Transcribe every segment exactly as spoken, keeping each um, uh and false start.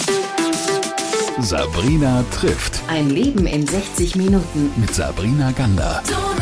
Sabrina trifft. Ein Leben in sechzig Minuten. Mit Sabrina Gander.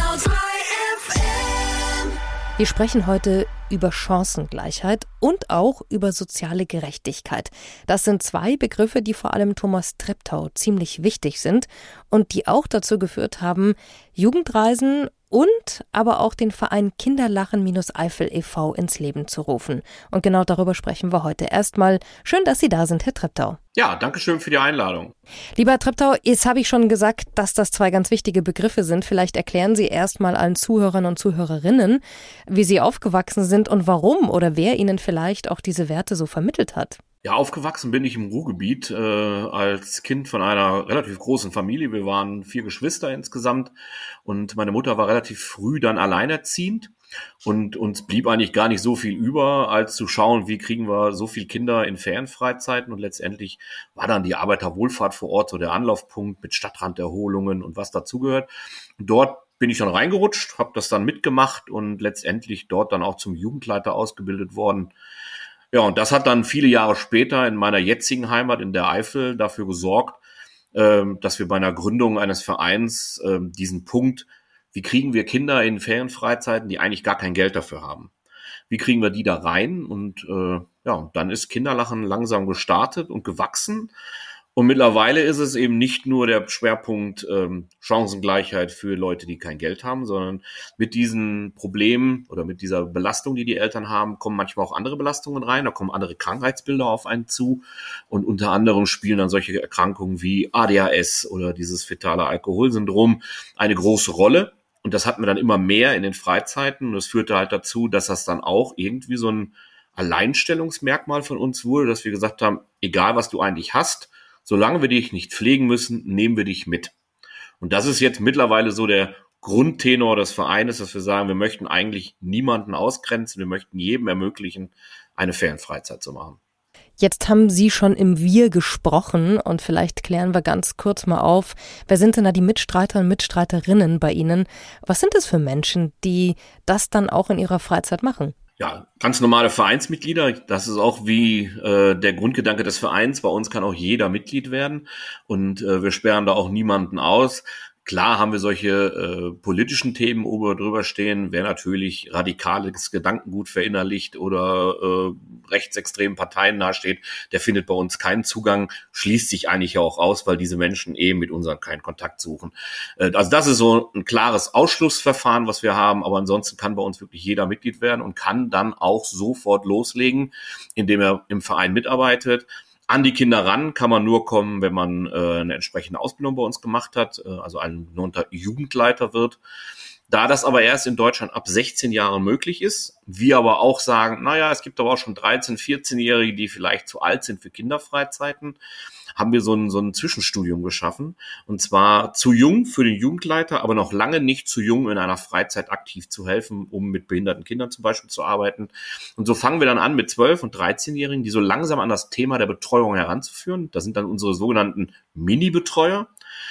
Wir sprechen heute über Chancengleichheit und auch über soziale Gerechtigkeit. Das sind zwei Begriffe, die vor allem Thomas Treptow ziemlich wichtig sind und die auch dazu geführt haben, Jugendreisen und aber auch den Verein Kinderlachen-Eifel e V ins Leben zu rufen. Und genau darüber sprechen wir heute. Erstmal schön, dass Sie da sind, Herr Treptow. Ja, danke schön für die Einladung. Lieber Herr Treptow, jetzt habe ich schon gesagt, dass das zwei ganz wichtige Begriffe sind. Vielleicht erklären Sie erstmal allen Zuhörern und Zuhörerinnen, wie Sie aufgewachsen sind und warum oder wer Ihnen vielleicht auch diese Werte so vermittelt hat. Ja, aufgewachsen bin ich im Ruhrgebiet äh, als Kind von einer relativ großen Familie. Wir waren vier Geschwister insgesamt und meine Mutter war relativ früh dann alleinerziehend und uns blieb eigentlich gar nicht so viel über, als zu schauen, wie kriegen wir so viele Kinder in Ferienfreizeiten, und letztendlich war dann die Arbeiterwohlfahrt vor Ort so der Anlaufpunkt mit Stadtranderholungen und was dazugehört. Und dort bin ich dann reingerutscht, habe das dann mitgemacht und letztendlich dort dann auch zum Jugendleiter ausgebildet worden. Ja, und das hat dann viele Jahre später in meiner jetzigen Heimat in der Eifel dafür gesorgt, ähm, dass wir bei einer Gründung eines Vereins ähm, diesen Punkt, wie kriegen wir Kinder in Ferienfreizeiten, die eigentlich gar kein Geld dafür haben, wie kriegen wir die da rein? Und äh, ja, dann ist Kinderlachen langsam gestartet und gewachsen. Und mittlerweile ist es eben nicht nur der Schwerpunkt ähm, Chancengleichheit für Leute, die kein Geld haben, sondern mit diesen Problemen oder mit dieser Belastung, die die Eltern haben, kommen manchmal auch andere Belastungen rein. Da kommen andere Krankheitsbilder auf einen zu. Und unter anderem spielen dann solche Erkrankungen wie A D H S oder dieses fetale Alkoholsyndrom eine große Rolle. Und das hatten wir dann immer mehr in den Freizeiten. Und das führte halt dazu, dass das dann auch irgendwie so ein Alleinstellungsmerkmal von uns wurde, dass wir gesagt haben, egal was du eigentlich hast, solange wir dich nicht pflegen müssen, nehmen wir dich mit. Und das ist jetzt mittlerweile so der Grundtenor des Vereines, dass wir sagen, wir möchten eigentlich niemanden ausgrenzen, wir möchten jedem ermöglichen, eine Ferienfreizeit zu machen. Jetzt haben Sie schon im Wir gesprochen und vielleicht klären wir ganz kurz mal auf, wer sind denn da die Mitstreiter und Mitstreiterinnen bei Ihnen? Was sind das für Menschen, die das dann auch in ihrer Freizeit machen? Ja, ganz normale Vereinsmitglieder. Das ist auch wie äh, der Grundgedanke des Vereins. Bei uns kann auch jeder Mitglied werden und äh, wir sperren da auch niemanden aus. Klar haben wir solche äh, politischen Themen oben drüber stehen. Wer natürlich radikales Gedankengut verinnerlicht oder äh, rechtsextremen Parteien nahesteht, der findet bei uns keinen Zugang, schließt sich eigentlich ja auch aus, weil diese Menschen eben mit uns keinen Kontakt suchen. Äh, also das ist so ein klares Ausschlussverfahren, was wir haben, aber ansonsten kann bei uns wirklich jeder Mitglied werden und kann dann auch sofort loslegen, indem er im Verein mitarbeitet. An die Kinder ran kann man nur kommen, wenn man äh, eine entsprechende Ausbildung bei uns gemacht hat, äh, also ein genannter Jugendleiter wird. Da das aber erst in Deutschland ab sechzehn Jahren möglich ist, wir aber auch sagen, naja, es gibt aber auch schon dreizehn-, vierzehnjährige, die vielleicht zu alt sind für Kinderfreizeiten, haben wir so ein, so ein Zwischenstudium geschaffen. Und zwar zu jung für den Jugendleiter, aber noch lange nicht zu jung, in einer Freizeit aktiv zu helfen, um mit behinderten Kindern zum Beispiel zu arbeiten. Und so fangen wir dann an mit zwölf- und dreizehnjährigen, die so langsam an das Thema der Betreuung heranzuführen. Das sind dann unsere sogenannten Mini-Betreuer.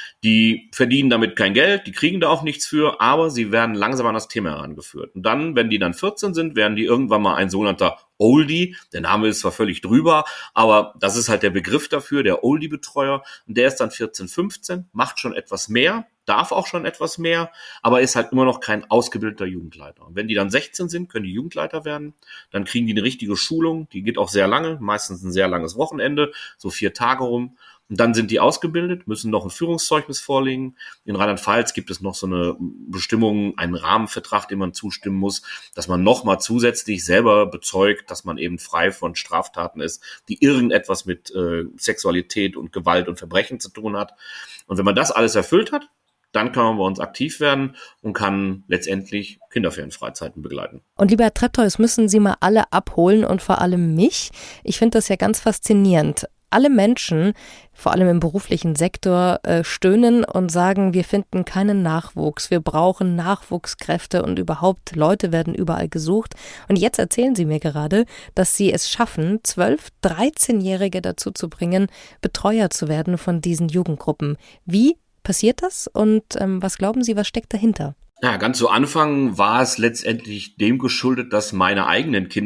Die verdienen damit kein Geld, die kriegen da auch nichts für, aber sie werden langsam an das Thema herangeführt. Und dann, wenn die dann vierzehn sind, werden die irgendwann mal ein sogenannter Oldie. Der Name ist zwar völlig drüber, aber das ist halt der Begriff dafür, der Oldie-Betreuer. Und der ist dann vierzehn, fünfzehn, macht schon etwas mehr, darf auch schon etwas mehr, aber ist halt immer noch kein ausgebildeter Jugendleiter. Und wenn die dann sechzehn sind, können die Jugendleiter werden. Dann kriegen die eine richtige Schulung, die geht auch sehr lange, meistens ein sehr langes Wochenende, so vier Tage rum. Und dann sind die ausgebildet, müssen noch ein Führungszeugnis vorlegen. In Rheinland-Pfalz gibt es noch so eine Bestimmung, einen Rahmenvertrag, dem man zustimmen muss, dass man nochmal zusätzlich selber bezeugt, dass man eben frei von Straftaten ist, die irgendetwas mit äh, Sexualität und Gewalt und Verbrechen zu tun hat. Und wenn man das alles erfüllt hat, dann kann man bei uns aktiv werden und kann letztendlich Kinderferienfreizeiten begleiten. Und lieber Herr Treptow, das müssen Sie mal alle abholen und vor allem mich. Ich finde das ja ganz faszinierend. Alle Menschen, vor allem im beruflichen Sektor, äh, stöhnen und sagen, wir finden keinen Nachwuchs, wir brauchen Nachwuchskräfte und überhaupt Leute werden überall gesucht. Und jetzt erzählen Sie mir gerade, dass Sie es schaffen, zwölf-, dreizehnjährige dazu zu bringen, Betreuer zu werden von diesen Jugendgruppen. Wie passiert das und ähm, was glauben Sie, was steckt dahinter? Ja, ganz zu Anfang war es letztendlich dem geschuldet, dass meine eigenen Kinder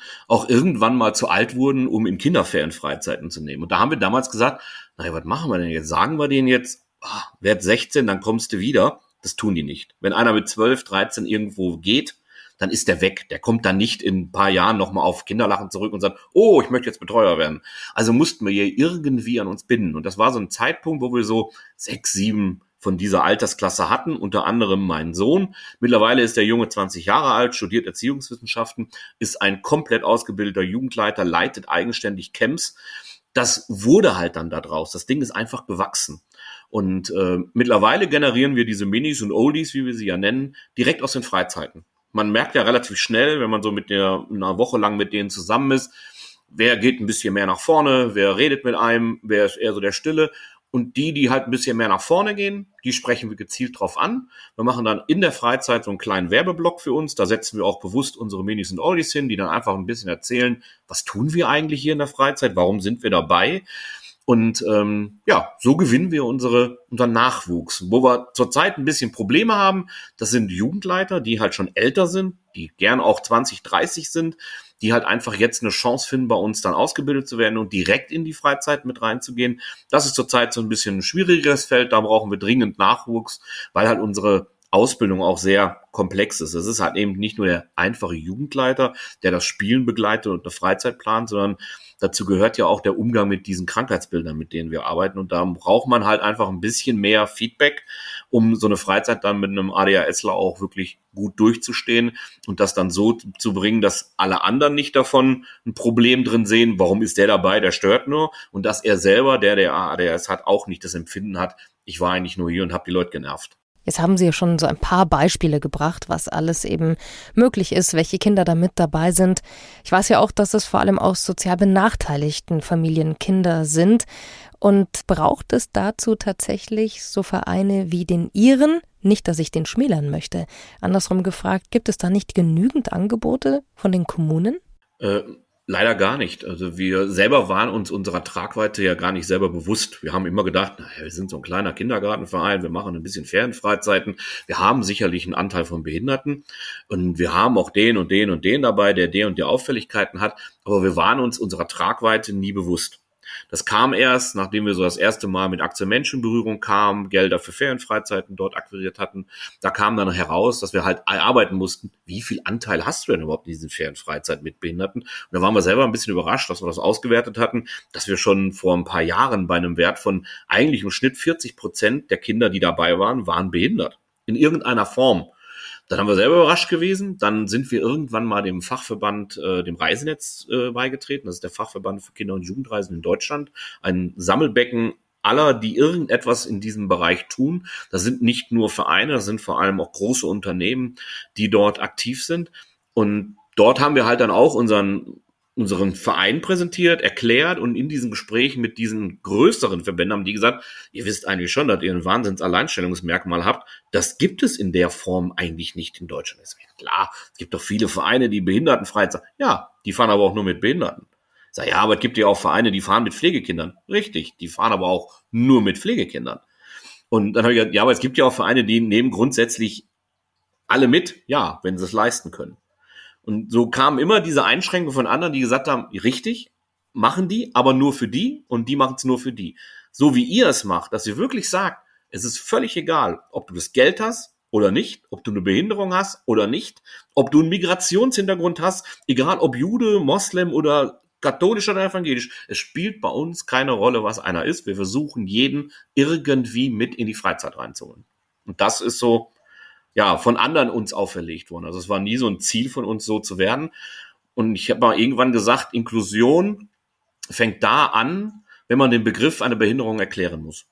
auch irgendwann mal zu alt wurden, um in Kinderferienfreizeiten zu nehmen. Und da haben wir damals gesagt, naja, was machen wir denn jetzt? Sagen wir denen jetzt, ah, werd sechzehn, dann kommst du wieder. Das tun die nicht. Wenn einer mit zwölf, dreizehn irgendwo geht, dann ist der weg. Der kommt dann nicht in ein paar Jahren nochmal auf Kinderlachen zurück und sagt, oh, ich möchte jetzt Betreuer werden. Also mussten wir hier irgendwie an uns binden. Und das war so ein Zeitpunkt, wo wir so sechs, sieben von dieser Altersklasse hatten, unter anderem mein Sohn. Mittlerweile ist der Junge zwanzig Jahre alt, studiert Erziehungswissenschaften, ist ein komplett ausgebildeter Jugendleiter, leitet eigenständig Camps. Das wurde halt dann da draus. Das Ding ist einfach gewachsen. Und äh, mittlerweile generieren wir diese Minis und Oldies, wie wir sie ja nennen, direkt aus den Freizeiten. Man merkt ja relativ schnell, wenn man so mit der einer Woche lang mit denen zusammen ist, wer geht ein bisschen mehr nach vorne, wer redet mit einem, wer ist eher so der Stille. Und die, die halt ein bisschen mehr nach vorne gehen, die sprechen wir gezielt drauf an. Wir machen dann in der Freizeit so einen kleinen Werbeblock für uns. Da setzen wir auch bewusst unsere Minis und Oldies hin, die dann einfach ein bisschen erzählen, was tun wir eigentlich hier in der Freizeit, warum sind wir dabei? Und ähm, ja, so gewinnen wir unsere unseren Nachwuchs. Wo wir zurzeit ein bisschen Probleme haben, das sind Jugendleiter, die halt schon älter sind, die gern auch zwanzig, dreißig sind, die halt einfach jetzt eine Chance finden, bei uns dann ausgebildet zu werden und direkt in die Freizeit mit reinzugehen. Das ist zurzeit so ein bisschen ein schwierigeres Feld, da brauchen wir dringend Nachwuchs, weil halt unsere Ausbildung auch sehr komplex ist. Es ist halt eben nicht nur der einfache Jugendleiter, der das Spielen begleitet und eine Freizeit plant, sondern dazu gehört ja auch der Umgang mit diesen Krankheitsbildern, mit denen wir arbeiten. Und da braucht man halt einfach ein bisschen mehr Feedback, um so eine Freizeit dann mit einem ADHSler auch wirklich gut durchzustehen und das dann so zu bringen, dass alle anderen nicht davon ein Problem drin sehen. Warum ist der dabei? Der stört nur. Und dass er selber, der der A D H S hat, auch nicht das Empfinden hat, ich war eigentlich nur hier und habe die Leute genervt. Jetzt haben Sie ja schon so ein paar Beispiele gebracht, was alles eben möglich ist, welche Kinder da mit dabei sind. Ich weiß ja auch, dass es vor allem aus sozial benachteiligten Familien Kinder sind. Und braucht es dazu tatsächlich so Vereine wie den Ihren? Nicht, dass ich den schmälern möchte. Andersrum gefragt, gibt es da nicht genügend Angebote von den Kommunen? Äh, leider gar nicht. Also wir selber waren uns unserer Tragweite ja gar nicht selber bewusst. Wir haben immer gedacht, naja, wir sind so ein kleiner Kindergartenverein, wir machen ein bisschen Ferienfreizeiten. Wir haben sicherlich einen Anteil von Behinderten und wir haben auch den und den und den dabei, der der und der Auffälligkeiten hat. Aber wir waren uns unserer Tragweite nie bewusst. Das kam erst, nachdem wir so das erste Mal mit Aktion Mensch in Berührung kamen, Gelder für Ferienfreizeiten dort akquiriert hatten. Da kam dann heraus, dass wir halt erarbeiten mussten, wie viel Anteil hast du denn überhaupt in diesen Ferienfreizeiten mit Behinderten? Und da waren wir selber ein bisschen überrascht, dass wir das ausgewertet hatten, dass wir schon vor ein paar Jahren bei einem Wert von eigentlich im Schnitt vierzig Prozent der Kinder, die dabei waren, waren behindert. In irgendeiner Form. Dann haben wir selber überrascht gewesen. Dann sind wir irgendwann mal dem Fachverband, äh, dem Reisenetz äh, beigetreten. Das ist der Fachverband für Kinder- und Jugendreisen in Deutschland. Ein Sammelbecken aller, die irgendetwas in diesem Bereich tun. Das sind nicht nur Vereine, das sind vor allem auch große Unternehmen, die dort aktiv sind. Und dort haben wir halt dann auch unseren unseren Verein präsentiert, erklärt und in diesen Gesprächen mit diesen größeren Verbänden haben die gesagt, ihr wisst eigentlich schon, dass ihr ein Wahnsinns-Alleinstellungsmerkmal habt. Das gibt es in der Form eigentlich nicht in Deutschland. Das ist klar, es gibt doch viele Vereine, die Behindertenfreizeit, ja, die fahren aber auch nur mit Behinderten. Ich sage, ja, aber es gibt ja auch Vereine, die fahren mit Pflegekindern. Richtig, die fahren aber auch nur mit Pflegekindern. Und dann habe ich gesagt, ja, aber es gibt ja auch Vereine, die nehmen grundsätzlich alle mit, ja, wenn sie es leisten können. Und so kamen immer diese Einschränkungen von anderen, die gesagt haben, richtig, machen die, aber nur für die und die machen es nur für die. So wie ihr es macht, dass ihr wirklich sagt, es ist völlig egal, ob du das Geld hast oder nicht, ob du eine Behinderung hast oder nicht, ob du einen Migrationshintergrund hast, egal ob Jude, Moslem oder katholisch oder evangelisch, es spielt bei uns keine Rolle, was einer ist. Wir versuchen, jeden irgendwie mit in die Freizeit reinzuholen. Und das ist so, ja, von anderen uns auferlegt worden. Also es war nie so ein Ziel von uns, so zu werden. Und ich habe mal irgendwann gesagt, Inklusion fängt da an, wenn man den Begriff einer Behinderung erklären muss.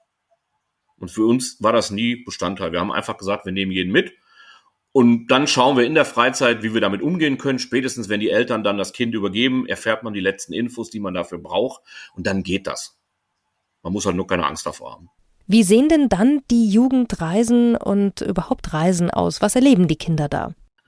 Und für uns war das nie Bestandteil. Wir haben einfach gesagt, wir nehmen jeden mit. Und dann schauen wir in der Freizeit, wie wir damit umgehen können. Spätestens, wenn die Eltern dann das Kind übergeben, erfährt man die letzten Infos, die man dafür braucht. Und dann geht das. Man muss halt nur keine Angst davor haben. Wie sehen denn dann die Jugendreisen und überhaupt Reisen aus? Was erleben die Kinder da?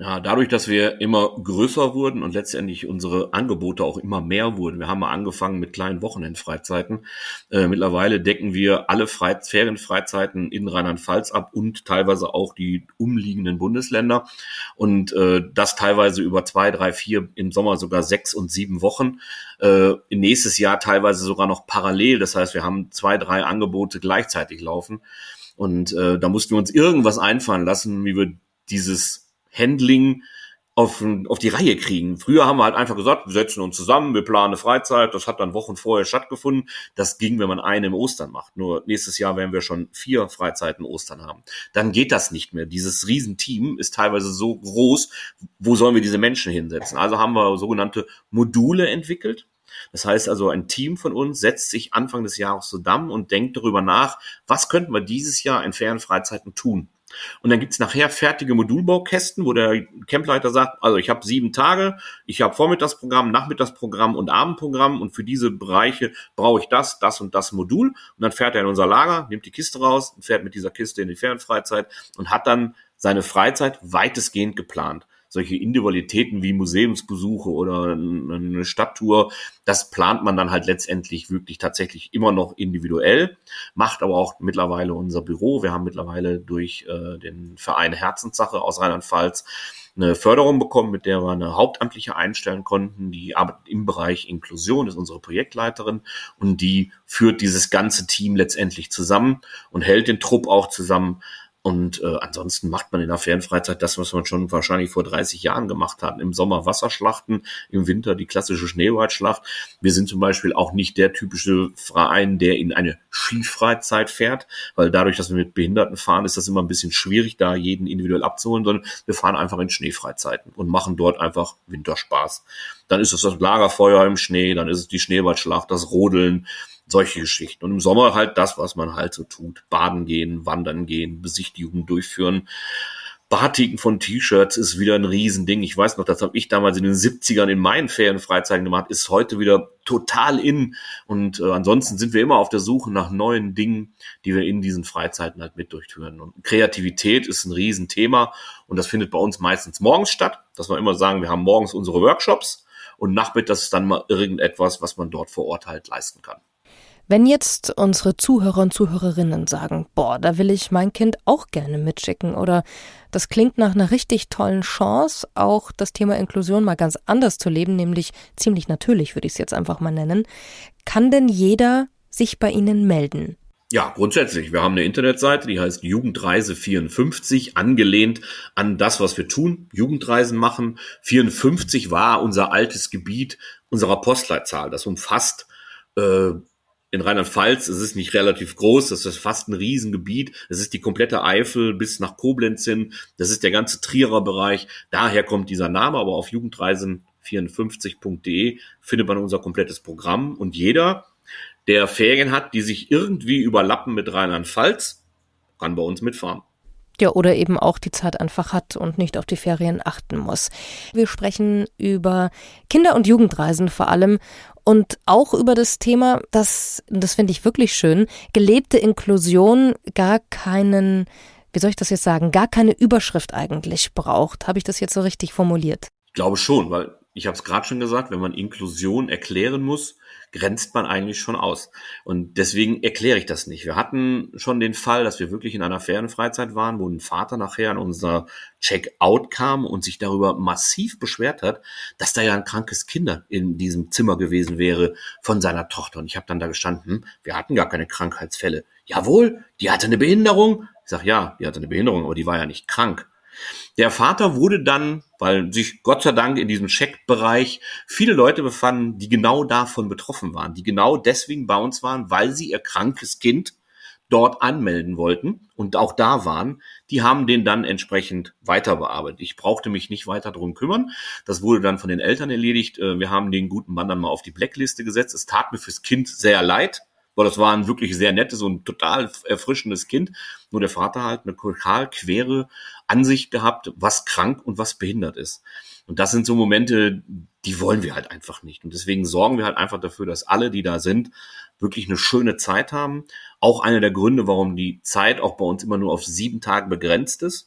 Ja, dadurch, dass wir immer größer wurden und letztendlich unsere Angebote auch immer mehr wurden. Wir haben mal angefangen mit kleinen Wochenendfreizeiten. Äh, mittlerweile decken wir alle Fre- Ferienfreizeiten in Rheinland-Pfalz ab und teilweise auch die umliegenden Bundesländer. Und äh, das teilweise über zwei, drei, vier, im Sommer sogar sechs und sieben Wochen. Äh, nächstes Jahr teilweise sogar noch parallel. Das heißt, wir haben zwei, drei Angebote gleichzeitig laufen. Und äh, da mussten wir uns irgendwas einfallen lassen, wie wir dieses Handling auf, auf die Reihe kriegen. Früher haben wir halt einfach gesagt, wir setzen uns zusammen, wir planen eine Freizeit, das hat dann Wochen vorher stattgefunden. Das ging, wenn man eine im Ostern macht. Nur nächstes Jahr werden wir schon vier Freizeiten Ostern haben. Dann geht das nicht mehr. Dieses Riesenteam ist teilweise so groß, wo sollen wir diese Menschen hinsetzen? Also haben wir sogenannte Module entwickelt. Das heißt also, ein Team von uns setzt sich Anfang des Jahres zusammen und denkt darüber nach, was könnten wir dieses Jahr in Ferienfreizeiten tun? Und dann gibt's nachher fertige Modulbaukästen, wo der Campleiter sagt, also ich habe sieben Tage, ich habe Vormittagsprogramm, Nachmittagsprogramm und Abendprogramm und für diese Bereiche brauche ich das, das und das Modul. Und dann fährt er in unser Lager, nimmt die Kiste raus und fährt mit dieser Kiste in die Ferienfreizeit und hat dann seine Freizeit weitestgehend geplant. Solche Individualitäten wie Museumsbesuche oder eine Stadttour, das plant man dann halt letztendlich wirklich tatsächlich immer noch individuell, macht aber auch mittlerweile unser Büro. Wir haben mittlerweile durch äh, den Verein Herzenssache aus Rheinland-Pfalz eine Förderung bekommen, mit der wir eine Hauptamtliche einstellen konnten. Die arbeitet im Bereich Inklusion, ist unsere Projektleiterin und die führt dieses ganze Team letztendlich zusammen und hält den Trupp auch zusammen. Und äh, ansonsten macht man in der Ferienfreizeit das, was man schon wahrscheinlich vor dreißig Jahren gemacht hat. Im Sommer Wasserschlachten, im Winter die klassische Schneewaldschlacht. Wir sind zum Beispiel auch nicht der typische Verein, der in eine Skifreizeit fährt, weil dadurch, dass wir mit Behinderten fahren, ist das immer ein bisschen schwierig, da jeden individuell abzuholen, sondern wir fahren einfach in Schneefreizeiten und machen dort einfach Winterspaß. Dann ist es das Lagerfeuer im Schnee, dann ist es die Schneewaldschlacht, das Rodeln, solche Geschichten. Und im Sommer halt das, was man halt so tut. Baden gehen, wandern gehen, Besichtigungen durchführen. Batiken von T-Shirts ist wieder ein Riesending. Ich weiß noch, das habe ich damals in den siebzigern in meinen Ferienfreizeiten gemacht, ist heute wieder total in. Und äh, ansonsten sind wir immer auf der Suche nach neuen Dingen, die wir in diesen Freizeiten halt mit durchführen. Und Kreativität ist ein Riesenthema und das findet bei uns meistens morgens statt, dass wir immer sagen, wir haben morgens unsere Workshops und nachmittags dann mal irgendetwas, was man dort vor Ort halt leisten kann. Wenn jetzt unsere Zuhörer und Zuhörerinnen sagen, boah, da will ich mein Kind auch gerne mitschicken oder das klingt nach einer richtig tollen Chance, auch das Thema Inklusion mal ganz anders zu leben, nämlich ziemlich natürlich, würde ich es jetzt einfach mal nennen, kann denn jeder sich bei Ihnen melden? Ja, grundsätzlich. Wir haben eine Internetseite, die heißt Jugendreise vierundfünfzig, angelehnt an das, was wir tun, Jugendreisen machen. vierundfünfzig war unser altes Gebiet unserer Postleitzahl. Das umfasst äh, in Rheinland-Pfalz, es ist nicht relativ groß, das ist fast ein Riesengebiet. Es ist die komplette Eifel bis nach Koblenz hin. Das ist der ganze Trierer Bereich. Daher kommt dieser Name, aber auf jugendreisen vierundfünfzig punkt de findet man unser komplettes Programm. Und jeder, der Ferien hat, die sich irgendwie überlappen mit Rheinland-Pfalz, kann bei uns mitfahren. Ja, oder eben auch die Zeit einfach hat und nicht auf die Ferien achten muss. Wir sprechen über Kinder- und Jugendreisen vor allem und auch über das Thema, das, das finde ich wirklich schön, gelebte Inklusion gar keinen, wie soll ich das jetzt sagen, gar keine Überschrift eigentlich braucht. Habe ich das jetzt so richtig formuliert? Ich glaube schon, weil ich habe es gerade schon gesagt, wenn man Inklusion erklären muss, grenzt man eigentlich schon aus. Und deswegen erkläre ich das nicht. Wir hatten schon den Fall, dass wir wirklich in einer Ferienfreizeit waren, wo ein Vater nachher an unser Check-out kam und sich darüber massiv beschwert hat, dass da ja ein krankes Kind in diesem Zimmer gewesen wäre von seiner Tochter. Und ich habe dann da gestanden, hm, wir hatten gar keine Krankheitsfälle. Jawohl, die hatte eine Behinderung. Ich sage, ja, die hatte eine Behinderung, aber die war ja nicht krank. Der Vater wurde dann, weil sich Gott sei Dank in diesem Check-Bereich viele Leute befanden, die genau davon betroffen waren, die genau deswegen bei uns waren, weil sie ihr krankes Kind dort anmelden wollten und auch da waren, die haben den dann entsprechend weiter bearbeitet. Ich brauchte mich nicht weiter drum kümmern. Das wurde dann von den Eltern erledigt. Wir haben den guten Mann dann mal auf die Blackliste gesetzt. Es tat mir fürs Kind sehr leid, weil das war ein wirklich sehr nettes und total erfrischendes Kind. Nur der Vater halt eine total quere Ansicht gehabt, was krank und was behindert ist. Und das sind so Momente, die wollen wir halt einfach nicht. Und deswegen sorgen wir halt einfach dafür, dass alle, die da sind, wirklich eine schöne Zeit haben. Auch einer der Gründe, warum die Zeit auch bei uns immer nur auf sieben Tage begrenzt ist.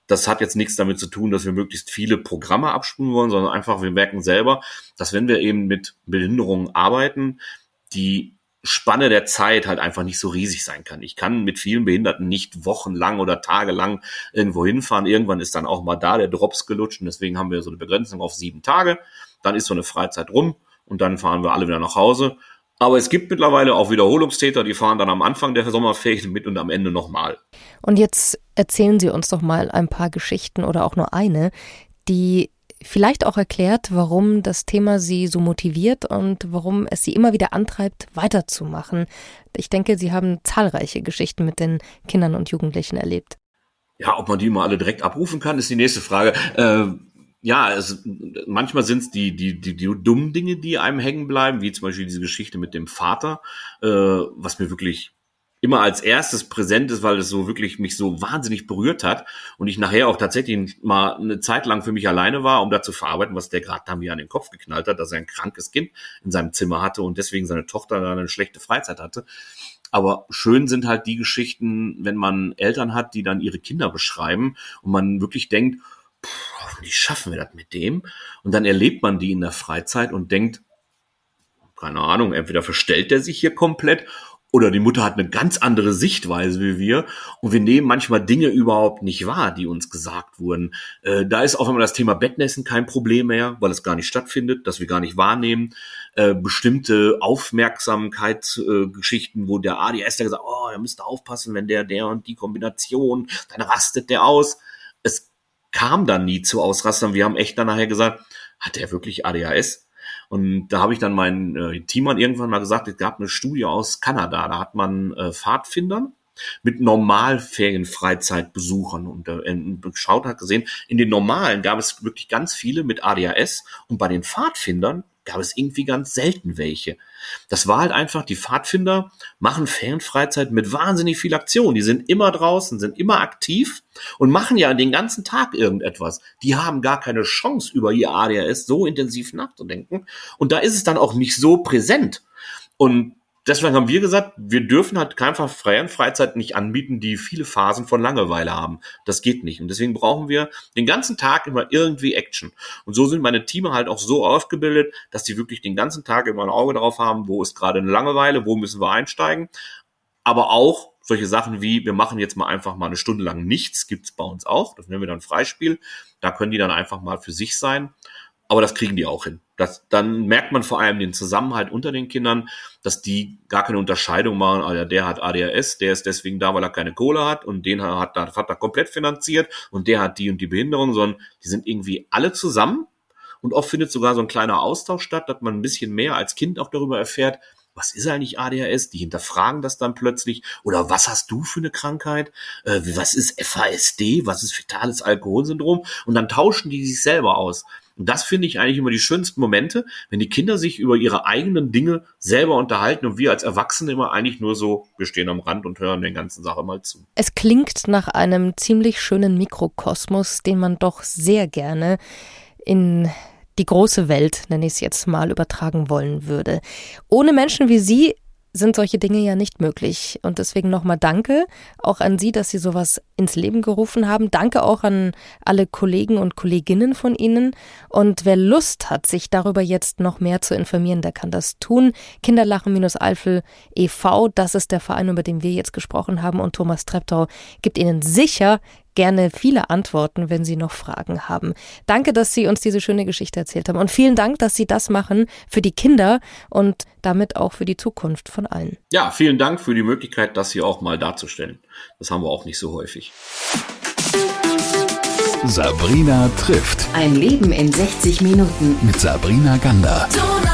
das hat jetzt nichts damit zu tun, dass wir möglichst viele Programme abspulen wollen, sondern einfach, wir merken selber, dass wenn wir eben mit Behinderungen arbeiten, die Spanne der Zeit halt einfach nicht so riesig sein kann. Ich kann mit vielen Behinderten nicht wochenlang oder tagelang irgendwo hinfahren. Irgendwann ist dann auch mal da der Drops gelutscht und deswegen haben wir so eine Begrenzung auf sieben Tage. Dann ist so eine Freizeit rum und dann fahren wir alle wieder nach Hause. Aber es gibt mittlerweile auch Wiederholungstäter, die fahren dann am Anfang der Sommerferien mit und am Ende nochmal. Und jetzt erzählen Sie uns doch mal ein paar Geschichten oder auch nur eine, die vielleicht auch erklärt, warum das Thema Sie so motiviert und warum es Sie immer wieder antreibt, weiterzumachen. Ich denke, Sie haben zahlreiche Geschichten mit den Kindern und Jugendlichen erlebt. Ja, ob man die mal alle direkt abrufen kann, ist die nächste Frage. Äh, ja, es, manchmal sind es die, die, die, die dummen Dinge, die einem hängen bleiben, wie zum Beispiel diese Geschichte mit dem Vater, äh, was mir wirklich immer als erstes präsent ist, weil es so wirklich mich so wahnsinnig berührt hat und ich nachher auch tatsächlich mal eine Zeit lang für mich alleine war, um da zu verarbeiten, was der gerade da mir an den Kopf geknallt hat, dass er ein krankes Kind in seinem Zimmer hatte und deswegen seine Tochter da eine schlechte Freizeit hatte. Aber schön sind halt die Geschichten, wenn man Eltern hat, die dann ihre Kinder beschreiben und man wirklich denkt, hoffentlich schaffen wir das mit dem. Und dann erlebt man die in der Freizeit und denkt, keine Ahnung, entweder verstellt der sich hier komplett oder die Mutter hat eine ganz andere Sichtweise wie wir und wir nehmen manchmal Dinge überhaupt nicht wahr, die uns gesagt wurden. Äh, da ist auch immer das Thema Bettnässen kein Problem mehr, weil es gar nicht stattfindet, dass wir gar nicht wahrnehmen. Äh, bestimmte Aufmerksamkeitsgeschichten, äh, wo der A D S der gesagt hat, oh, ihr müsst aufpassen, wenn der, der und die Kombination, dann rastet der aus. Es kam dann nie zu Ausrastern. Wir haben echt dann nachher gesagt, hat der wirklich A D H S? Und da habe ich dann meinen äh, Teamern irgendwann mal gesagt, es gab eine Studie aus Kanada, da hat man äh, Pfadfindern mit Normalferienfreizeitbesuchern und äh, geschaut, hat gesehen, in den normalen gab es wirklich ganz viele mit A D H S und bei den Pfadfindern gab es irgendwie ganz selten welche. Das war halt einfach, die Pfadfinder machen Ferienfreizeit mit wahnsinnig viel Aktion. Die sind immer draußen, sind immer aktiv und machen ja den ganzen Tag irgendetwas. Die haben gar keine Chance, über ihr A D H S so intensiv nachzudenken. Und da ist es dann auch nicht so präsent. Und deswegen haben wir gesagt, wir dürfen halt einfach Ferienfreizeit nicht anbieten, die viele Phasen von Langeweile haben. Das geht nicht. Und deswegen brauchen wir den ganzen Tag immer irgendwie Action. Und so sind meine Teams halt auch so ausgebildet, dass die wirklich den ganzen Tag immer ein Auge drauf haben, wo ist gerade eine Langeweile, wo müssen wir einsteigen. Aber auch solche Sachen wie, wir machen jetzt mal einfach mal eine Stunde lang nichts, gibt's bei uns auch. Das nennen wir dann Freispiel. Da können die dann einfach mal für sich sein. Aber das kriegen die auch hin. Das, dann merkt man vor allem den Zusammenhalt unter den Kindern, dass die gar keine Unterscheidung machen, also der hat A D H S, der ist deswegen da, weil er keine Kohle hat und den hat, hat er komplett finanziert und der hat die und die Behinderung, sondern die sind irgendwie alle zusammen und oft findet sogar so ein kleiner Austausch statt, dass man ein bisschen mehr als Kind auch darüber erfährt, was ist eigentlich A D H S? Die hinterfragen das dann plötzlich. Oder was hast du für eine Krankheit? Äh, was ist F A S D? Was ist fetales Alkoholsyndrom? Und dann tauschen die sich selber aus. Und das finde ich eigentlich immer die schönsten Momente, wenn die Kinder sich über ihre eigenen Dinge selber unterhalten und wir als Erwachsene immer eigentlich nur so, wir stehen am Rand und hören den ganzen Sache mal zu. Es klingt nach einem ziemlich schönen Mikrokosmos, den man doch sehr gerne in die große Welt, nenne ich es jetzt mal, übertragen wollen würde. Ohne Menschen wie Sie sind solche Dinge ja nicht möglich. Und deswegen nochmal danke auch an Sie, dass Sie sowas ins Leben gerufen haben. Danke auch an alle Kollegen und Kolleginnen von Ihnen. Und wer Lust hat, sich darüber jetzt noch mehr zu informieren, der kann das tun. Kinderlachen-Eifel e V, das ist der Verein, über den wir jetzt gesprochen haben. Und Thomas Treptow gibt Ihnen sicher gerne viele Antworten, wenn Sie noch Fragen haben. Danke, dass Sie uns diese schöne Geschichte erzählt haben und vielen Dank, dass Sie das machen für die Kinder und damit auch für die Zukunft von allen. Ja, vielen Dank für die Möglichkeit, das hier auch mal darzustellen. Das haben wir auch nicht so häufig. Sabrina trifft. Ein Leben in sechzig Minuten. Mit Sabrina Gander.